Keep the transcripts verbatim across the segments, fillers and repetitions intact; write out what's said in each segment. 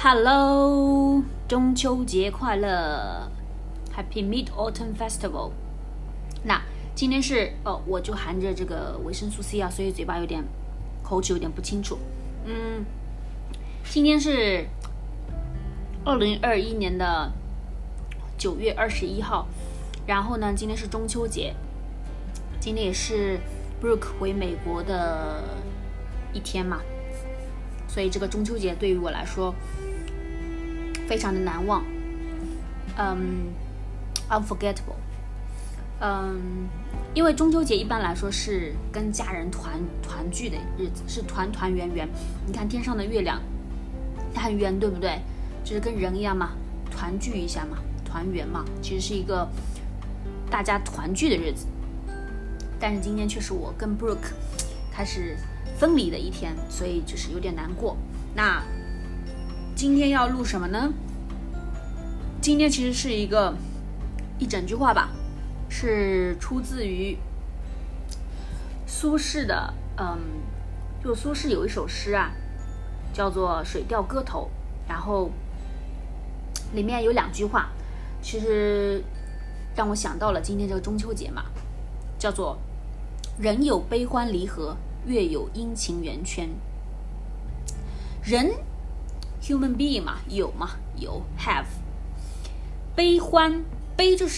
Hello， 中秋节快乐 ，Happy Mid Autumn Festival。那今天是哦，我就含着这个维生素 C 啊，所以嘴巴有点口齿有点不清楚。嗯，今天是二零二一年的九月二十一号，然后呢，今天是中秋节，今天也是 Brooke 回美国的一天嘛，所以这个中秋节对于我来说非常的难忘，嗯、um, ，unforgettable， 嗯，因为中秋节一般来说是跟家人团团聚的日子，是团团圆圆。你看天上的月亮，它很圆，对不对？就是跟人一样嘛，团聚一下嘛，团圆嘛，其实是一个大家团聚的日子。但是今天却是我跟 Brooke 开始分离的一天，所以就是有点难过。那今天要录什么呢？今天其实是一个一整句话吧，是出自于苏轼的，嗯，就苏轼有一首诗啊，叫做《水调歌头》，然后里面有两句话，其实让我想到了今天这个中秋节嘛，叫做“人有悲欢离合，月有阴晴圆缺”。人 human being 嘛，有嘛，有 have。悲欢，悲就是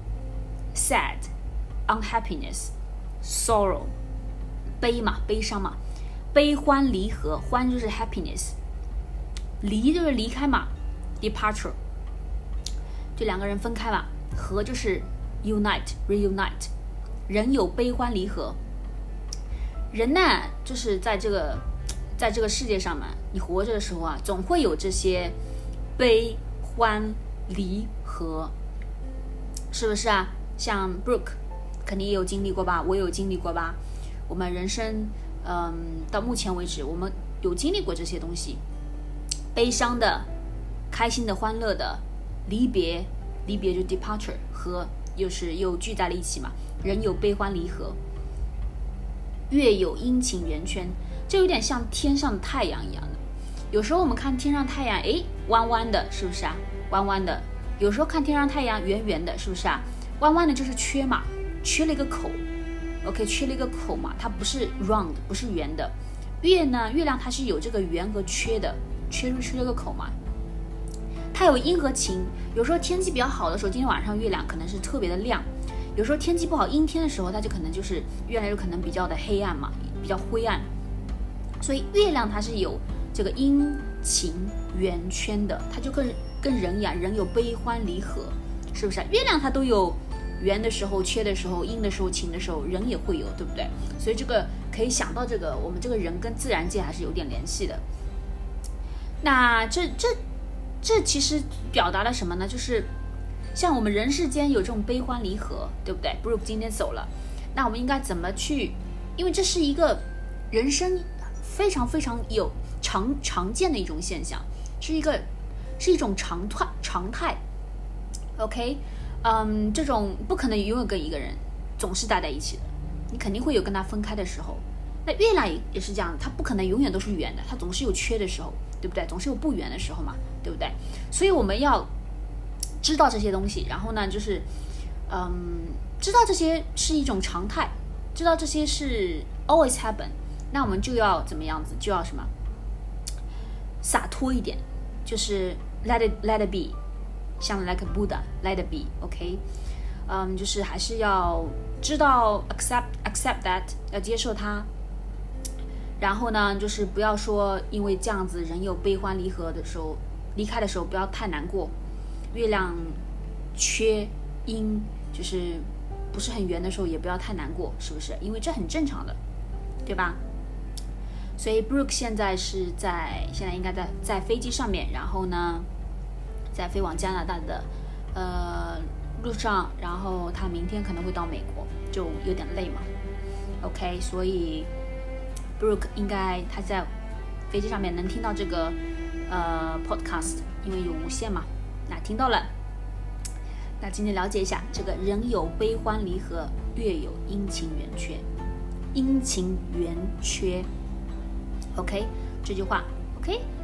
sad unhappiness sorrow， 悲嘛，悲伤嘛。悲欢离合，欢就是 happiness， 离就是离开嘛 departure， 就两个人分开嘛。合就是 unite reunite。人有悲欢离合，人呢就是在这个在这个世界上嘛，你活着的时候啊，总会有这些悲欢离合，是不是啊？像 Brooke 肯定也有经历过吧，我也有经历过吧。我们人生，嗯，到目前为止，我们有经历过这些东西，悲伤的、开心的、欢乐的，离别，离别就 departure， 和又是又聚在了一起嘛。人有悲欢离合，月有阴晴圆缺，就有点像天上的太阳一样的。有时候我们看天上太阳，诶，弯弯的，是不是啊？弯弯的。有时候看天上太阳圆圆的，是不是啊？弯弯的就是缺嘛，缺了一个口 ，OK， 缺了一个口嘛，它不是 round， 不是圆的。月呢，月亮它是有这个圆和缺的，缺就缺了个口嘛。它有阴和晴，有时候天气比较好的时候，今天晚上月亮可能是特别的亮。有时候天气不好，阴天的时候，它就可能就是月亮就可能比较的黑暗嘛，比较灰暗。所以月亮它是有这个阴晴圆缺的，它就跟跟人一样，人有悲欢离合，是不是啊？月亮它都有圆的时候、缺的时候、阴的时候、晴的时候，人也会有，对不对？所以这个可以想到，这个我们这个人跟自然界还是有点联系的。那这这这其实表达了什么呢？就是像我们人世间有这种悲欢离合，对不对 ？Brooke 今天走了，那我们应该怎么去？因为这是一个人生非常非常有常常见的一种现象，是一个是一种常态常态。OK， 嗯，这种不可能永远跟一个人总是待在一起的，你肯定会有跟他分开的时候。那月亮也是这样，它不可能永远都是圆的，它总是有缺的时候，对不对？总是有不圆的时候嘛，对不对？所以我们要知道这些东西，然后呢，就是，嗯，知道这些是一种常态，知道这些是 always happen， 那我们就要怎么样子？就要什么？洒脱一点，就是 let it let it be， 像 like a Buddha let it be，OK， 嗯，就是还是要知道 accept accept that， 要接受它。然后呢，就是不要说因为这样子人有悲欢离合的时候，离开的时候不要太难过。月亮缺阴，就是不是很圆的时候，也不要太难过，是不是？因为这很正常的，对吧？所以 Brooke 现在是在现在应该在在飞机上面，然后呢，在飞往加拿大的呃路上，然后他明天可能会到美国，就有点累嘛。OK， 所以 Brooke 应该他在飞机上面能听到这个呃 podcast， 因为有无线嘛。那听到了，那今天了解一下这个人有悲欢离合，月有阴晴圆缺，阴晴圆缺 OK， 这句话 OK，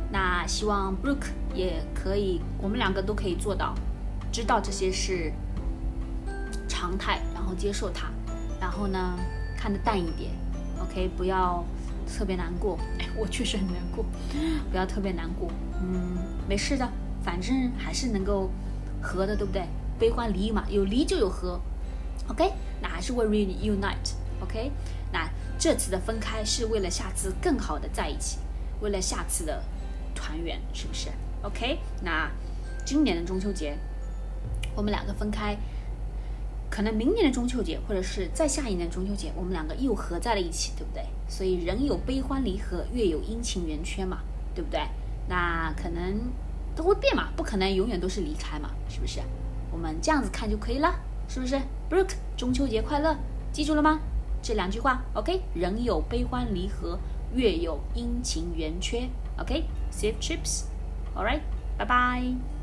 那希望 Brooke 也可以，我们两个都可以做到，知道这些是常态，然后接受它，然后呢看得淡一点 ，OK， 不要特别难过。哎，我确实很难过，不要特别难过。嗯，没事的，反正还是能够和的，对不对？悲欢离嘛，有离就有和 ，OK， 那还是会 reunite，OK， 那这次的分开是为了下次更好的在一起，为了下次的团圆，是不是 ？OK， 那今年的中秋节我们两个分开，可能明年的中秋节或者是再下一年的中秋节，我们两个又合在了一起，对不对？所以人有悲欢离合，月有阴晴圆缺嘛，对不对？那可能都会变嘛，不可能永远都是离开嘛，是不是？我们这样子看就可以了，是不是 ？Brooke， 中秋节快乐，记住了吗？这两句话 ，OK？ 人有悲欢离合，月有阴晴圆缺 ，OK？Safe trips，All right，拜拜。